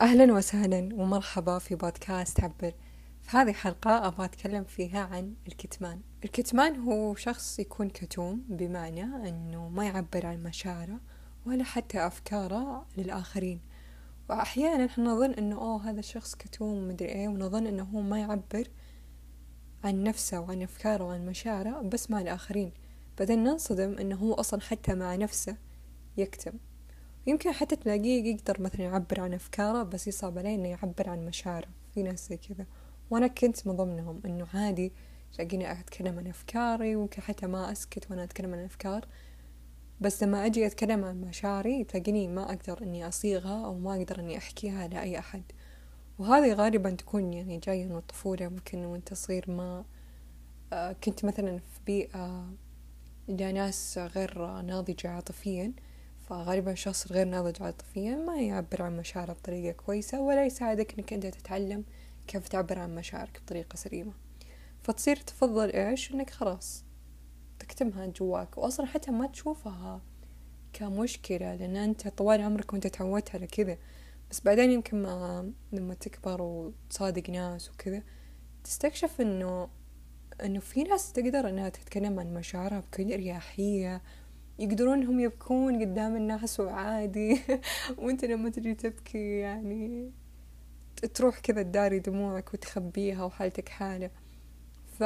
أهلا وسهلا ومرحبا في بودكاست عبر. في هذه الحلقة أبغى أتكلم فيها عن الكتمان. الكتمان هو شخص يكون كتوم، بمعنى أنه ما يعبر عن مشاعره ولا حتى أفكاره للآخرين. وأحيانا احنا نظن أنه هذا الشخص كتوم مدري إيه، ونظن أنه هو ما يعبر عن نفسه وعن أفكاره وعن مشاعره بس مع الآخرين، بعدين ننصدم أنه هو أصلا حتى مع نفسه يكتم. يمكن حتى تلاقيه يقدر مثلا يعبر عن أفكاره بس يصعب عليه إنه يعبر عن مشاعره. في ناس زي كذا، وأنا كنت من ضمنهم، إنه عادي تلاقيني أتكلم عن أفكاري، ويمكن حتى ما أسكت وأنا أتكلم عن الأفكار، بس لما أجي أتكلم عن مشاعري تلاقيني ما أقدر إني أصيغها أو ما أقدر إني أحكيها لأي أحد. وهذه غالبا تكون يعني جاية من الطفولة. ممكن وأنت صغير ما كنت مثلا في بيئة ناس غير ناضجة عاطفيا، فغالبا الشخص الغير ناضج عاطفيا ما يعبر عن مشاعره بطريقة كويسة، ولا يساعدك انك انت تتعلم كيف تعبر عن مشاعرك بطريقة سليمة. فتصير تفضل ايش؟ انك خلاص تكتمها جواك، واصلا حتى ما تشوفها كمشكلة، لان انت طوال عمرك وانت تعودت على كذا. بس بعدين يمكن لما تكبر وتصادق ناس وكذا تستكشف انه في ناس تقدر انها تتكلم عن مشاعرها بكل اريحية، يقدرون هم يبكون قدام الناس وعادي وانت لما تجي تبكي يعني تروح كذا تداري دموعك وتخبيها وحالتك حالة. ف...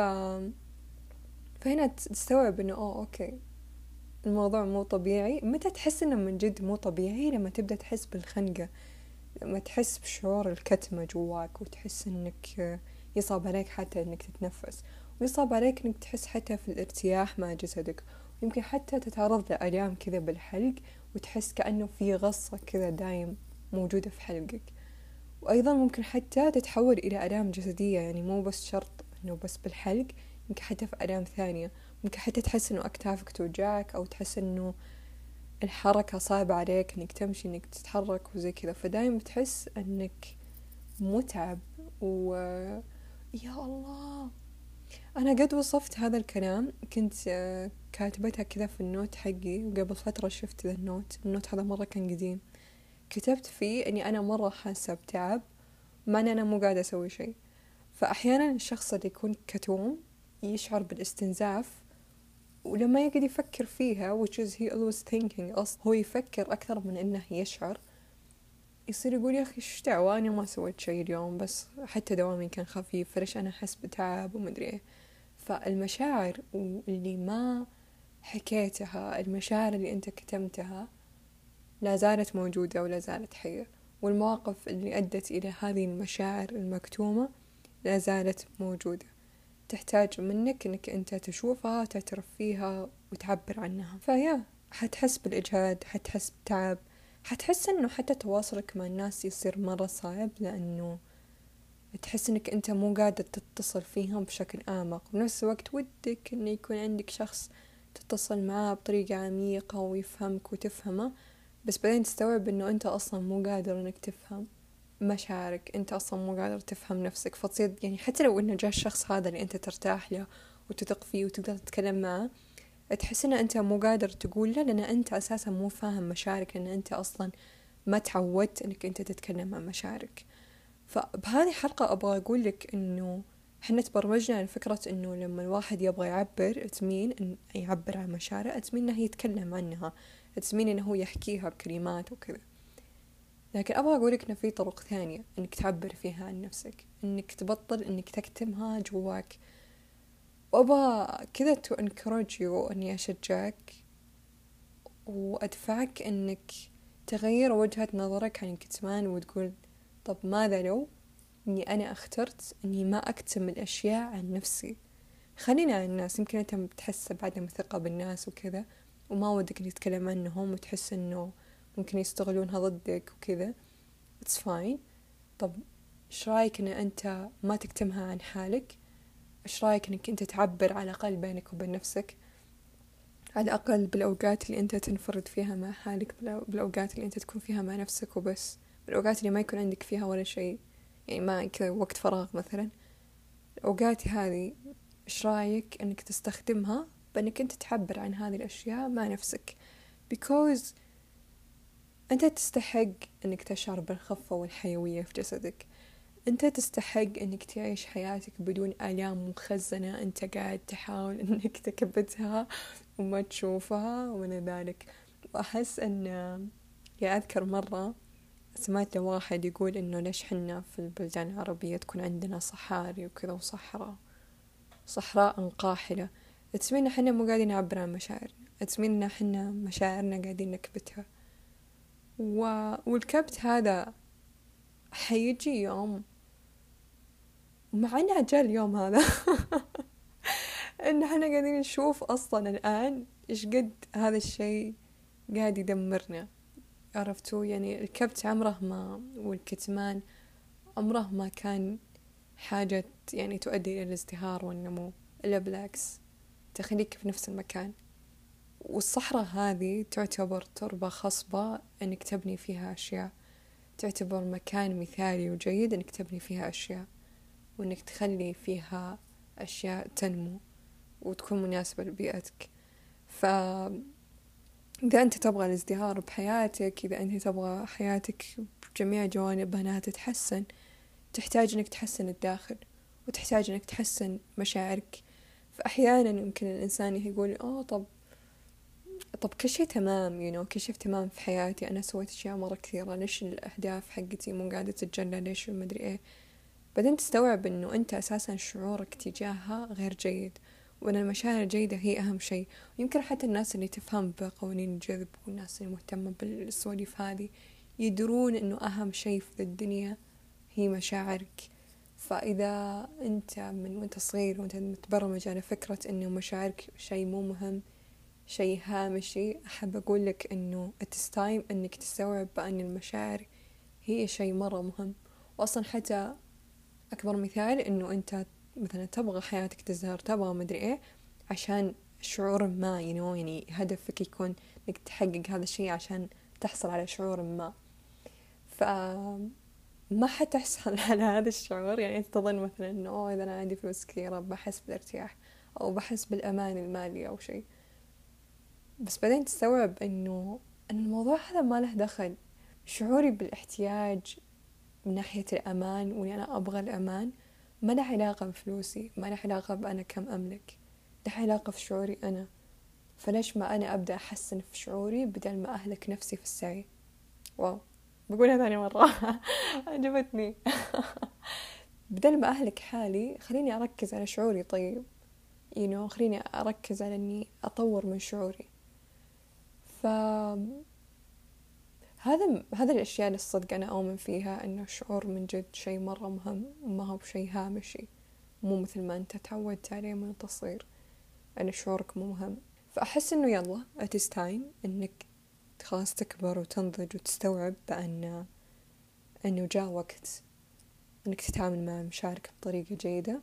فهنا تستوعب انه اوكي، الموضوع مو طبيعي. متى تحس انه من جد مو طبيعي؟ لما تبدأ تحس بالخنقة، لما تحس بشعور الكتمة جواك، وتحس انك يصعب عليك حتى انك تتنفس، ويصعب عليك انك تحس حتى في الارتياح مع جسدك. ويمكن حتى تتعرض لآلام كذا بالحلق، وتحس كأنه في غصة كذا دايم موجودة في حلقك. وأيضا ممكن حتى تتحول إلى آلام جسدية، يعني مو بس شرط إنه بس بالحلق، ممكن حتى في آلام ثانية. ممكن حتى تحس إنه أكتافك توجعك، أو تحس إنه الحركة صعبة عليك، إنك تمشي إنك تتحرك وزي كذا. فدايم بتحس إنك متعب يا الله. أنا قد وصفت هذا الكلام، كنت كاتبتها كذا في النوت حقي، وقبل فترة شفت ذا النوت هذا مرة كان قديم. كتبت فيه أني أنا مرة حاسة بتعب مع أن أنا مو قاعدة أسوي شيء. فأحيانا الشخص اللي يكون كتوم يشعر بالاستنزاف، ولما يقعد يفكر فيها which is he always thinking، أصلا هو يفكر أكثر من أنه يشعر. يصير يقول يا أخي إيش دعوة، أنا ما سويت شيء اليوم، بس حتى دوامي كان خفيف، فليش أنا أحس بتعب ومدري إيه. فالمشاعر اللي ما حكيتها، المشاعر اللي أنت كتمتها، لا زالت موجودة ولا زالت حية. والمواقف اللي أدت إلى هذه المشاعر المكتومة لا زالت موجودة، تحتاج منك أنك أنت تشوفها وتعترف فيها وتعبر عنها. حتحس بالإجهاد، حتحس بتعب، حتحس أنه حتى تواصلك مع الناس يصير مرة صعب، لأنه تحس أنك أنت مو قادر تتصل فيهم بشكل أعمق. بنفس الوقت ودك أن يكون عندك شخص تتصل معاه بطريقة عميقة ويفهمك وتفهمه، بس بعدين تستوعب أنه أنت أصلا مو قادر أنك تفهم مشاعرك، أنت أصلا مو قادر تفهم نفسك. فتصير يعني حتى لو أنه جاء الشخص هذا اللي أنت ترتاح له وتثق فيه وتقدر تتكلم معه، تحس أنه أنت مو قادر تقول له، لأن أنت أساسا مو فاهم مشاعرك، لأن أنت أصلا ما تعودت أنك أنت تتكلم عن مشاعرك. فبهذه الحلقة أبغى أقول لك إنه إحنا تبرمجنا على فكرة إنه لما الواحد يبغى يعبر أتمين إن يعبر عن مشاعره، أتمين إنه يتكلم عنها، أتمين إنه هو يحكيها بكلمات وكذا. لكن أبغى أقول لك إنه في طرق ثانية إنك تعبر فيها عن نفسك، إنك تبطل إنك تكتمها جواك. وأبغى كذا to encourage you، إني أشجعك وأدفعك إنك تغير وجهة نظرك عن الكتمان، وتقول طب ماذا لو إني أنا اخترت إني ما أكتم الأشياء عن نفسي. خلينا عن الناس، يمكن أنت بتحس بعدم ثقة بالناس وكذا، وما ودك إنك تتكلم عنهم، وتحس إنه ممكن يستغلونها ضدك وكذا. it's fine. طب إيش رأيك إن أنت ما تكتمها عن حالك؟ إيش رأيك إنك أنت تعبر على الأقل بينك وبين نفسك، على الأقل بالأوقات اللي أنت تنفرد فيها مع حالك، بالأوقات اللي أنت تكون فيها مع نفسك وبس، بالأوقات اللي ما يكون عندك فيها ولا شيء، يعني ما كذا وقت فراغ مثلا. الأوقات هذه إيش رأيك أنك تستخدمها بأنك أنت تعبر عن هذه الأشياء مع نفسك؟ because أنت تستحق أنك تشعر بالخفة والحيوية في جسدك. أنت تستحق أنك تعيش حياتك بدون آلام مخزنة أنت قاعد تحاول أنك تكبتها وما تشوفها ومن ذلك. وأحس أن أذكر مرة سمعت واحد يقول إنه ليش حنا في البلدان العربية تكون عندنا صحاري وكذا صحراء قاحلة. تسمينا حنا مو قاعدين نعبر عن مشاعرنا، تسمينا حنا مشاعرنا قاعدين نكبتها. والكبت هذا حيجي يوم، معنا جاء اليوم هذا إن حنا قاعدين نشوف أصلا الآن إيش قد هذا الشيء قاعد يدمرنا. عرفتوا يعني الكبت عمره ما والكتمان عمره ما كان حاجة يعني تؤدي إلى الازدهار والنمو، إلا بالعكس تخليك في نفس المكان. والصحراء هذه تعتبر تربة خصبة إنك تبني فيها أشياء، تعتبر مكان مثالي وجيد إنك تبني فيها أشياء، وإنك تخلي فيها أشياء تنمو وتكون مناسبة لبيئتك. فإذا أنت تبغى الازدهار بحياتك، إذا أنت تبغى حياتك بجميع جوانبها أنها تتحسن، تحتاج أنك تحسن الداخل، وتحتاج أنك تحسن مشاعرك. فأحيانا يمكن الإنسان يقول طب كل شيء تمام، كل شيء تمام في حياتي، أنا سويت أشياء مرة كثيرة، ليش الأهداف حقتي مو قاعدة تتجلى، ليش المدري إيه. بعدين تستوعب إنه أنت أساسا شعورك تجاهها غير جيد، وأن المشاعر الجيدة هي أهم شيء. ويمكن حتى الناس اللي تفهم بقوانين الجذب والناس اللي مهتمة بالسواليف هذه يدرون إنه أهم شيء في الدنيا هي مشاعرك. فإذا أنت من وأنت صغير وأنت متبرمج على فكرة إنه مشاعرك شيء مو مهم، شيء هامشي، أحب أقول لك إنه it's time إنك تستوعب بأن المشاعر هي شيء مرة مهم. وأصلا حتى أكبر مثال إنه أنت مثلا تبغى حياتك تزهر، تبغى مدري إيه عشان شعور ما يعني هدفك يكون إنك تحقق هذا الشيء عشان تحصل على شعور ما. ما حتحصل على هذا الشعور، يعني أنت تظن مثلا إنه إذا أنا عندي فلوس كثيرة بحس بالارتياح أو بحس بالأمان المالي أو شيء، بس بعدين تستوعب إنه أن الموضوع هذا ما له دخل. شعوري بالاحتياج من ناحية الأمان وإني أنا أبغى الأمان ما له علاقة بفلوسي، ما له علاقة بأنا كم أملك، له علاقة في شعوري أنا. فليش ما أنا أبدأ أحسن في شعوري بدل ما أهلك نفسي في السعي. واو، بقولها ثاني مرة عجبتني بدل ما أهلك حالي خليني أركز على شعوري. طيب خليني أركز على أني أطور من شعوري. هذا الأشياء للصدق أنا أؤمن فيها، إنه الشعور من جد شيء مرة مهم وما هو بشيء هامشي، مو مثل ما أنت تعودت عليه من التصغير أن شعورك مو مهم. فأحس إنه يلا it is time إنك خلاص تكبر وتنضج وتستوعب إنه جاء وقت إنك تتعامل مع مشاعرك بطريقة جيدة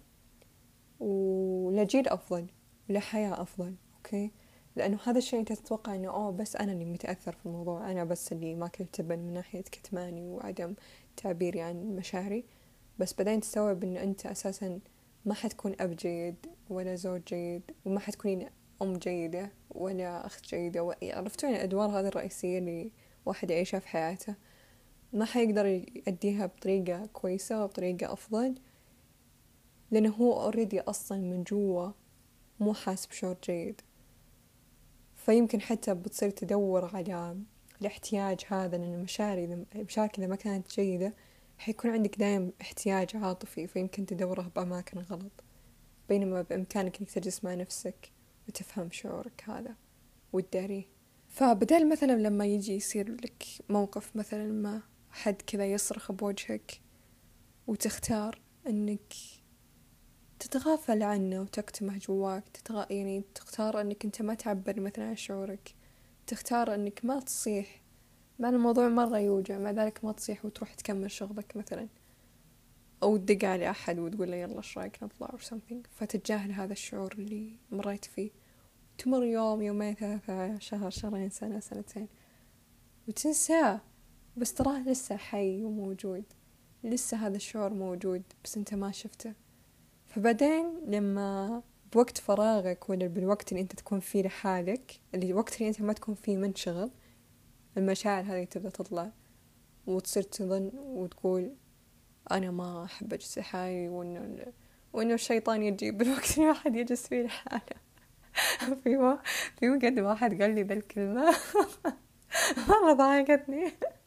ولجيل أفضل ولحياة أفضل. أوكي، لأنه هذا الشيء أنت تتوقع إنه بس أنا اللي متأثر في الموضوع، أنا بس اللي ما كنت تبن من ناحية كتماني وعدم تعبيري عن مشاعري. بس بعدين تستوعب إنه أنت أساسا ما حتكون أب جيد ولا زوج جيد، وما حتكونين أم جيدة ولا أخت جيدة. عرفتوا يعني الأدوار هذه الرئيسية اللي واحد يعيشها في حياته ما حيقدر يأديها بطريقة كويسة وبطريقة أفضل، لأنه هو already أصلا من جوا مو حاسس بشعور جيد. فيمكن حتى بتصير تدور على الاحتياج هذا، لأن مشاعرك إذا ما كانت جيدة حيكون عندك دائما احتياج عاطفي، فيمكن تدوره بأماكن غلط، بينما بإمكانك إنك تجلس مع نفسك وتفهم شعورك هذا وتداريه. فبدال مثلا لما يجي يصير لك موقف مثلا ما حد كذا يصرخ بوجهك وتختار إنك تتغافل عنه وتكتمه جواك، يعني تختار أنك أنت ما تعبر مثلا عن شعورك، تختار أنك ما تصيح مع الموضوع مرة يوجع، مع ذلك ما تصيح وتروح تكمل شغلك مثلا، أو تدق على أحد وتقول له يلا إيش رأيك نطلع أو something. فتتجاهل هذا الشعور اللي مريت فيه، تمر يوم يومين ثلاثة شهر شهرين سنة سنتين وتنساه، بس تراه لسه حي وموجود، لسه هذا الشعور موجود بس أنت ما شفته. فبعدين لما بوقت فراغك ولا بالوقت اللي انت تكون فيه لحالك، الوقت اللي انت ما تكون فيه منشغل، المشاعر هذه تبدأ تطلع وتصير تظن وتقول أنا ما أحب أجلس لحالي، وإنه الشيطان يجيب بالوقت اللي واحد يجلس فيه لحاله. في وقت واحد قال لي ذا الكلمة مرة ضايقتني.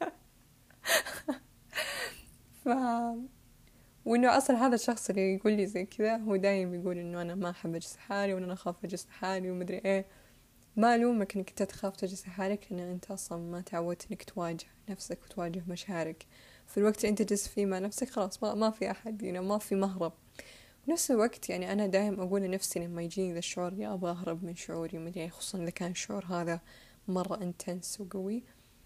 ف وإنه أصلا هذا الشخص اللي يقول لي زي كذا هو دايم يقول إنه أنا ما أحب أجلس لحالي، وإن أنا أخاف أجلس لحالي ومدري إيه. ما ألومك إنك تخاف تجلس لحالك، لأن أنت أصلا ما تعودت إنك تواجه نفسك وتواجه مشاعرك. في الوقت اللي أنت تجلس فيه مع نفسك خلاص ما في أحد، ما في مهرب. نفس الوقت يعني أنا دايم أقول لنفسي لما يجيني ذا الشعور يا أبغى أهرب من شعوري مدري، خصوصا إذا كان الشعور هذا مرة انتنس وقوي،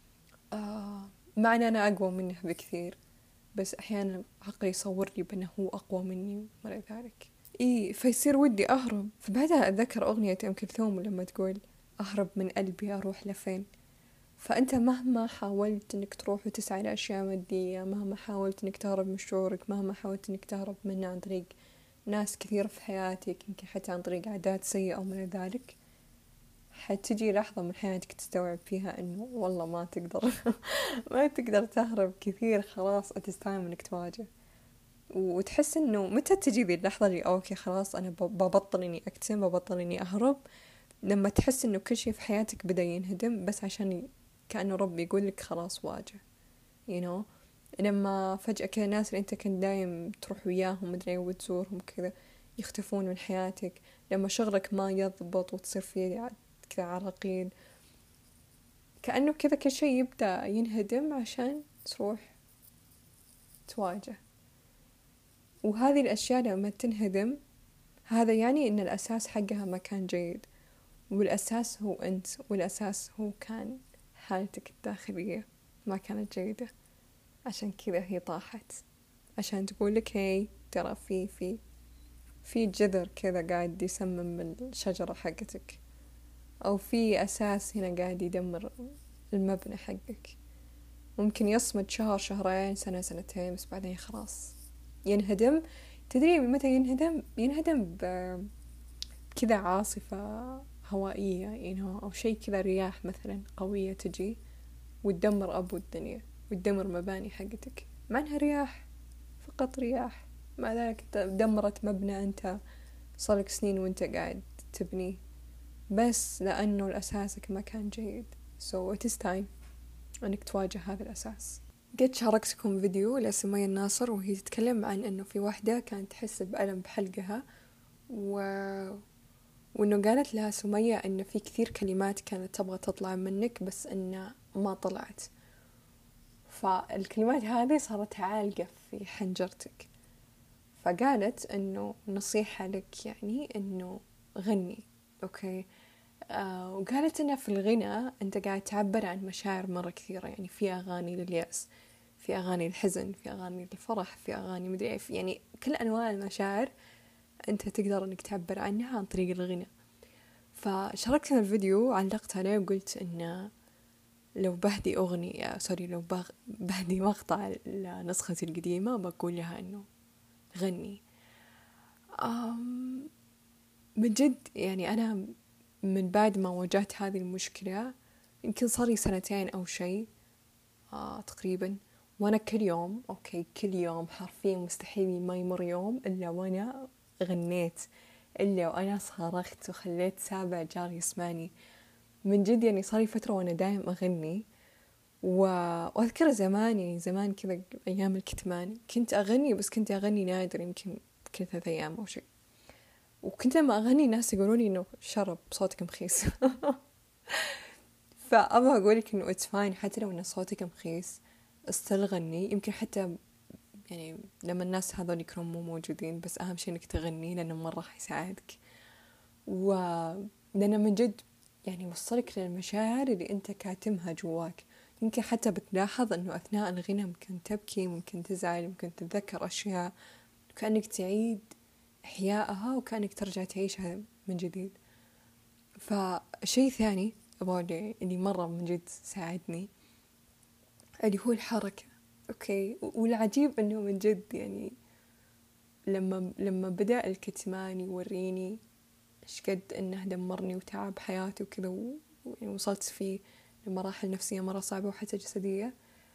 مع أن أنا أقوى منه بكثير، بس أحيانا عقلي يصور لي بأنه هو أقوى مني وما ذلك. فيصير ودي أهرب. فبعدها أتذكر أغنية أم كلثوم لما تقول أهرب من قلبي أروح لفين. فأنت مهما حاولت إنك تروح وتسعى لأشياء مادية، مهما حاولت إنك تهرب من شعورك، مهما حاولت إنك تهرب منه عن طريق ناس كثيرة في حياتك، يمكن حتى عن طريق عادات سيئة أو من ذلك، حتجي لحظة من حياتك تستوعب فيها إنه والله ما تقدر ما تقدر تهرب كثير، خلاص أتستايم إنك تواجه. وتحس إنه متى تجي ذي اللحظة اللي أوكي خلاص أنا ببطل إني أكتم، ببطل إني أهرب، لما تحس إنه كل شيء في حياتك بدأ ينهدم بس عشان كأنه ربي يقول لك خلاص واجه. لما فجأة كذا الناس اللي أنت كنت دايم تروح وياهم مدري وتزورهم كذا يختفون من حياتك، لما شغلك ما يضبط وتصير فيه كذا عراقيل، كأنه كذا كل شيء يبدأ ينهدم عشان تروح تواجه. وهذه الأشياء لما تنهدم هذا يعني إن الأساس حقها ما كان جيد، والأساس هو أنت، والأساس هو كان حالتك الداخلية ما كانت جيدة، عشان كذا هي طاحت، عشان تقولك هاي ترى في جذر كذا قاعد يسمم الشجرة حقتك، أو في أساس هنا قاعد يدمر المبنى حقك. ممكن يصمد شهر شهرين سنة سنتين بس بعدين خلاص ينهدم. تدري متى ينهدم بكذا عاصفة هوائية أو شيء كذا، رياح مثلا قوية تجي وتدمر أبو الدنيا وتدمر مباني حقتك، مع أنها رياح، فقط رياح، مع ذلك دمرت مبنى أنت صارك سنين وأنت قاعد تبنيه، بس لأنه الأساسك ما كان جيد. so it is time أنك تواجه هذا الأساس. قد شاركتكم فيديو لسمية الناصر وهي تتكلم عن أنه في واحدة كانت تحس بألم بحلقها وأنه قالت لها سمية أنه في كثير كلمات كانت تبغى تطلع منك بس أنه ما طلعت، فالكلمات هذه صارت عالقة في حنجرتك. فقالت أنه نصيحة لك يعني أنه غني، أوكي. وقالت أنه في الغنى أنت قاعد تعبر عن مشاعر مرة كثيرة، يعني في أغاني لليأس، في أغاني الحزن، في أغاني الفرح، في أغاني مدري يعني كل أنواع المشاعر أنت تقدر أنك تعبر عنها عن طريق الغنى. فشاركت الفيديو علقت عليه وقلت إنه لو بهدي أغنية لو بهدي مقطع لنسختي القديمة بقول لها إنه غني. من جد يعني أنا من بعد ما واجهت هذه المشكلة يمكن صار لي سنتين أو شيء تقريبا، وأنا كل يوم حرفيا مستحيل ما يمر يوم إلا وأنا غنيت، إلا وأنا صارخت وخليت سابع جار يسمعني. من جد يعني صار لي فترة وأنا دايم أغني. وأذكر زمان كذا أيام الكتمان كنت أغني، بس كنت أغني نادر، يمكن كل 3 أيام أو شيء. وكنت لما أغني الناس يقولوني إنه شرب صوتك مخيس. فأبغى أقولك إنه it's fine حتى لو إن صوتك مخيس استل غني. يمكن حتى يعني لما الناس هذول يكونوا مو موجودين، بس أهم شيء إنك تغني لأنه مرة حيساعدك. لأنه من جد يعني وصلك للمشاعر اللي أنت كاتمها جواك. يمكن حتى بتلاحظ إنه أثناء الغنى ممكن تبكي، ممكن تزعل، ممكن تتذكر أشياء كأنك تعيد إحيائها وكأنك ترجع تعيشها من جديد. فشيء ثاني اللي مرة من جد ساعدني اللي هو الحركة، أوكي. والعجيب إنه من جد يعني لما بدأ الكتمان يوريني إيش قد إنه دمرني وتعب حياتي وكذا، ويعني وصلت فيه لمراحل نفسية مرة صعبة وحتى جسدية.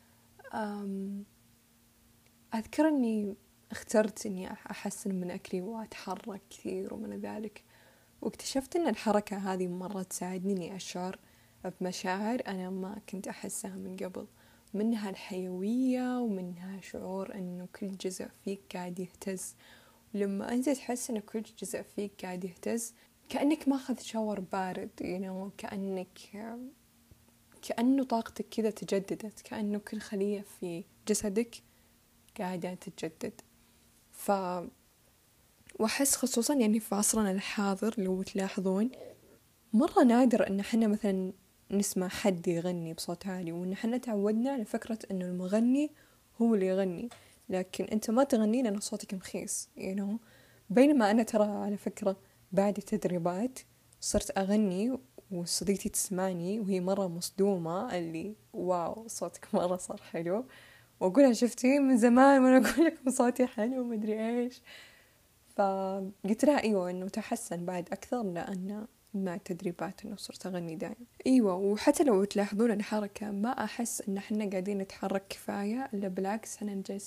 أذكر أني اخترت أني أحسن من أكلي وأتحرك كثير ومن ذلك، واكتشفت أن الحركة هذه مرة تساعدني أني أشعر بمشاعر أنا ما كنت أحسها من قبل، منها الحيوية ومنها شعور أنه كل جزء فيك قاعد يهتز. لما أنت تحس أن كل جزء فيك قاعد يهتز كأنك ماخذ شاور بارد، كأنه طاقتك كذا تجددت، كأنه كل خلية في جسدك قاعدة تتجدد. وأحس خصوصا يعني في عصرنا الحاضر لو تلاحظون مرة نادر أن حنا مثلا نسمع حد يغني بصوت عالي، وأن حنا تعودنا على فكرة أنه المغني هو اللي يغني، لكن أنت ما تغني لأن صوتك مخيس بينما أنا ترى على فكرة بعد التدريبات صرت أغني وصديقتي تسمعني وهي مرة مصدومة اللي واو صوتك مرة صار حلو، وأقولها شفتي من زمان وأنا أقول لكم صوتي حلو مدري إيش. فقلت لها أيوة إنه تحسن بعد أكثر لأن مع التدريبات إنه صرت أغني دائما. أيوة، وحتى لو تلاحظون الحركة ما أحس إن إحنا قاعدين نتحرك كفاية، إلا بالعكس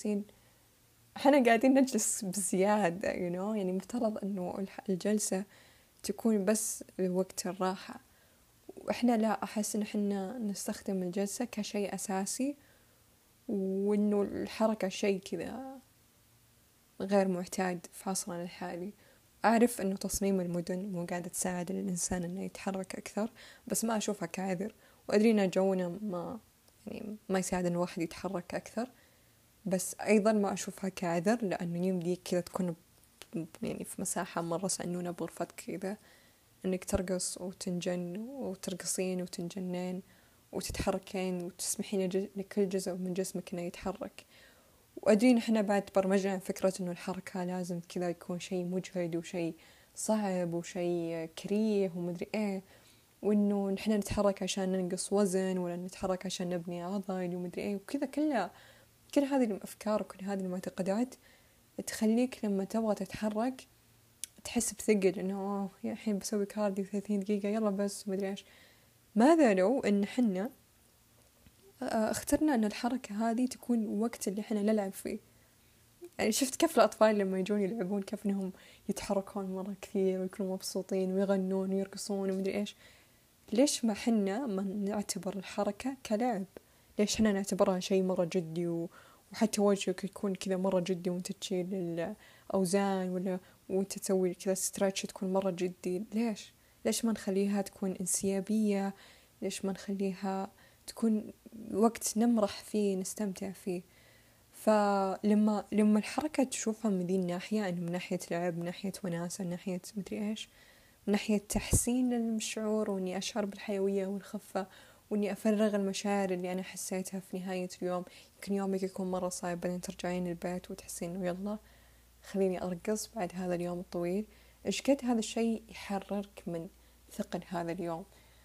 إحنا قاعدين نجلس بزيادة يعني مفترض إنه الجلسة تكون بس لوقت الراحة، وإحنا لا، أحس إن إحنا نستخدم الجلسة كشيء أساسي، وإنه الحركة شيء كذا غير معتاد في عصرنا الحالي. أعرف أنه تصميم المدن مو قاعدة تساعد الإنسان أنه يتحرك أكثر، بس ما أشوفها كعذر، وأدري أن جونا ما يساعد أن الواحد يتحرك أكثر، بس أيضا ما أشوفها كعذر، لأنه يمديك كذا تكون في مساحة مرة سعنونة بغرفتك كذا أنك ترقص وتنجن وترقصين وتنجنين وتتحركين وتسمحين لكل جزء من جسمك أنه يتحرك. وأدري إحنا بعد برمجنا عن فكرة إنه الحركة لازم كذا يكون شيء مجهد وشيء صعب وشيء كريه ومدري إيه، وإنه نحن نتحرك عشان ننقص وزن ولا نتحرك عشان نبني عضل ومدري إيه، وكذا كل هذه الأفكار وكل هذه المعتقدات تخليك لما تبغى تتحرك تحس بثقل إنه الحين بسوي كارديو 30 دقيقة يلا بس مدري إيش. ماذا لو إن حنا اخترنا أن الحركة هذه تكون وقت اللي احنا نلعب فيه؟ يعني شفت كيف الأطفال لما يجون يلعبون كيف إنهم يتحركون مرة كثير ويكونوا مبسوطين ويغنون ويرقصون ومدري إيش. ليش ما حنا ما نعتبر الحركة كلعب؟ ليش حنا نعتبرها شيء مرة جدي وحتى وجهك يكون كذا مرة جدي وانت تشيل الأوزان ولا وانت تسوي كذا ستريتش تكون مرة جدي؟ ليش ما نخليها تكون انسيابية؟ ليش ما نخليها تكون وقت نمرح فيه نستمتع فيه؟ فلما الحركة تشوفها من ذي الناحية، إنه من ناحية لعب، من ناحية وناسة، من ناحية مدري إيش، من ناحية تحسين الشعور وإني أشعر بالحيوية والخفة وإني أفرغ المشاعر اللي أنا حسيتها في نهاية اليوم. يمكن يومك يكون مرة صعب بعدين ترجعين البيت وتحسين إنه يلا خليني أرقص بعد هذا اليوم الطويل. إيش قد هذا الشيء يحررك من ثقل هذا اليوم.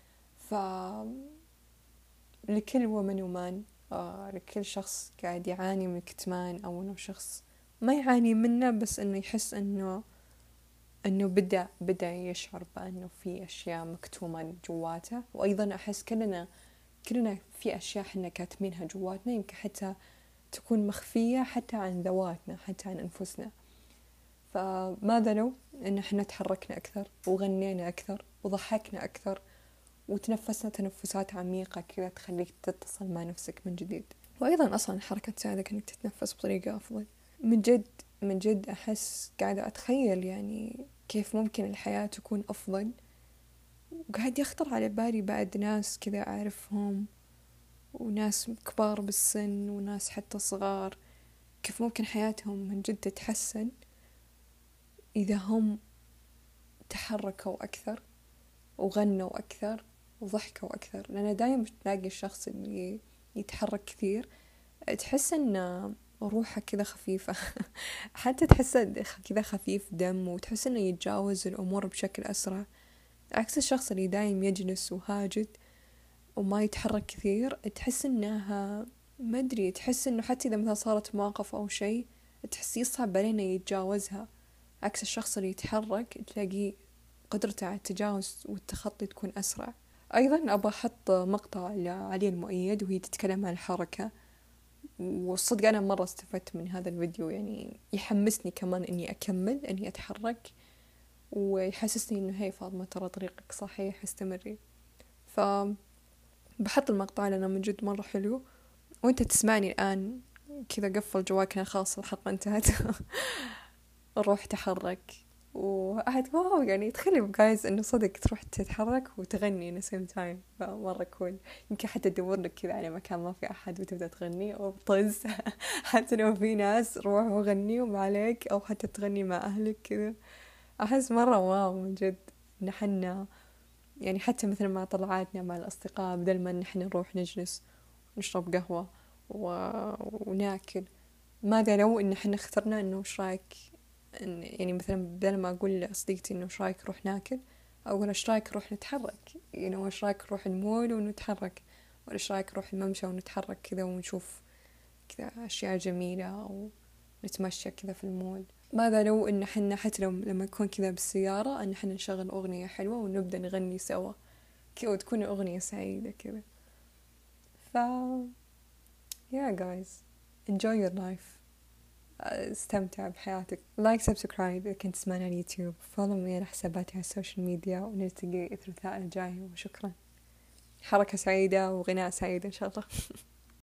لكل ومن ومان لكل شخص قاعد يعاني من الكتمان، أو إنه شخص ما يعاني منه بس إنه يحس إنه بدأ يشعر بأنه في أشياء مكتومة جواته. وأيضا أحس كلنا في أشياء حنا كاتمينها جواتنا، يمكن حتى تكون مخفية حتى عن ذواتنا، حتى عن أنفسنا. فماذا لو إن إحنا تحركنا أكثر وغنينا أكثر وضحكنا أكثر وتنفسنا تنفسات عميقة كذا تخليك تتصل مع نفسك من جديد. وأيضا أصلا الحركة تساعدك أنك تتنفس بطريقة أفضل. من جد أحس قاعدة أتخيل يعني كيف ممكن الحياة تكون أفضل، وقاعد يخطر على بالي بعد ناس كذا أعرفهم وناس كبار بالسن وناس حتى صغار، كيف ممكن حياتهم من جد تتحسن إذا هم تحركوا أكثر وغنوا أكثر وضحكوا أكثر. لأن دايما تلاقي الشخص اللي يتحرك كثير تحس أن روحه كذا خفيفة حتى تحس كذا خفيف دم، وتحس أنه يتجاوز الأمور بشكل أسرع، عكس الشخص اللي دايم يجلس وهاجد وما يتحرك كثير. تحس أنها ما أدري، تحس أنه حتى إذا مثلا صارت مواقف أو شيء تحس يصعب علينا يتجاوزها، عكس الشخص اللي يتحرك تلاقيه قدرته على التجاوز والتخطي تكون أسرع. أيضا أبغى أحط مقطع لعلي المؤيد وهي تتكلم عن الحركة، والصدق أنا مرة استفدت من هذا الفيديو، يعني يحمسني كمان إني أكمل إني أتحرك، ويحسسني إنه هي فاطمة ترى طريقك صحيح، استمري. فبحط المقطع لأنه من جد مرة حلو. وأنت تسمعني الآن كذا قفل جواك، أنا خلاص الحلقة انتهت. روح تحرك وقعد واو، يعني تخيلي جايز انه صدق تروح تتحرك وتغني نسيم تايم، مرة كول. يمكن حتى تدور لك كذا على مكان ما في احد وتبدأ تغني او طز. حتى لو في ناس روح وغني وما عليك، او حتى تغني مع اهلك كذا. احس مرة واو من جد ان حنا يعني حتى مثلا مع طلعاتنا مع الاصدقاء، بدل ما نحن نروح نجلس نشرب قهوة وناكل، ماذا لو ان حنا اخترنا انه وش رايك يعني مثلا بدل ما أقول لصديقتي إنه إيش رايك نروح ناكل، أقول إيش رايك نروح نتحرك، يعني إيش رايك نروح المول ونتحرك، ولا إيش رايك نروح الممشى ونتحرك كذا ونشوف كذا أشياء جميلة، أو نتمشى كذا في المول. ماذا لو إن حنا حتى لو لما نكون كذا بالسيارة إن حنا نشغل أغنية حلوة ونبدأ نغني سوا كذا، وتكون أغنية سعيدة كذا. ف yeah guys, enjoy your life. استمتع بحياتك. لايك سبسكرايب إذا كنت تسمعنا على اليوتيوب، فولو مي على حساباتي على السوشيال ميديا، ونلتقي الثلاثاء الجاي. وشكرا. حركة سعيدة وغناء سعيد إن شاء الله.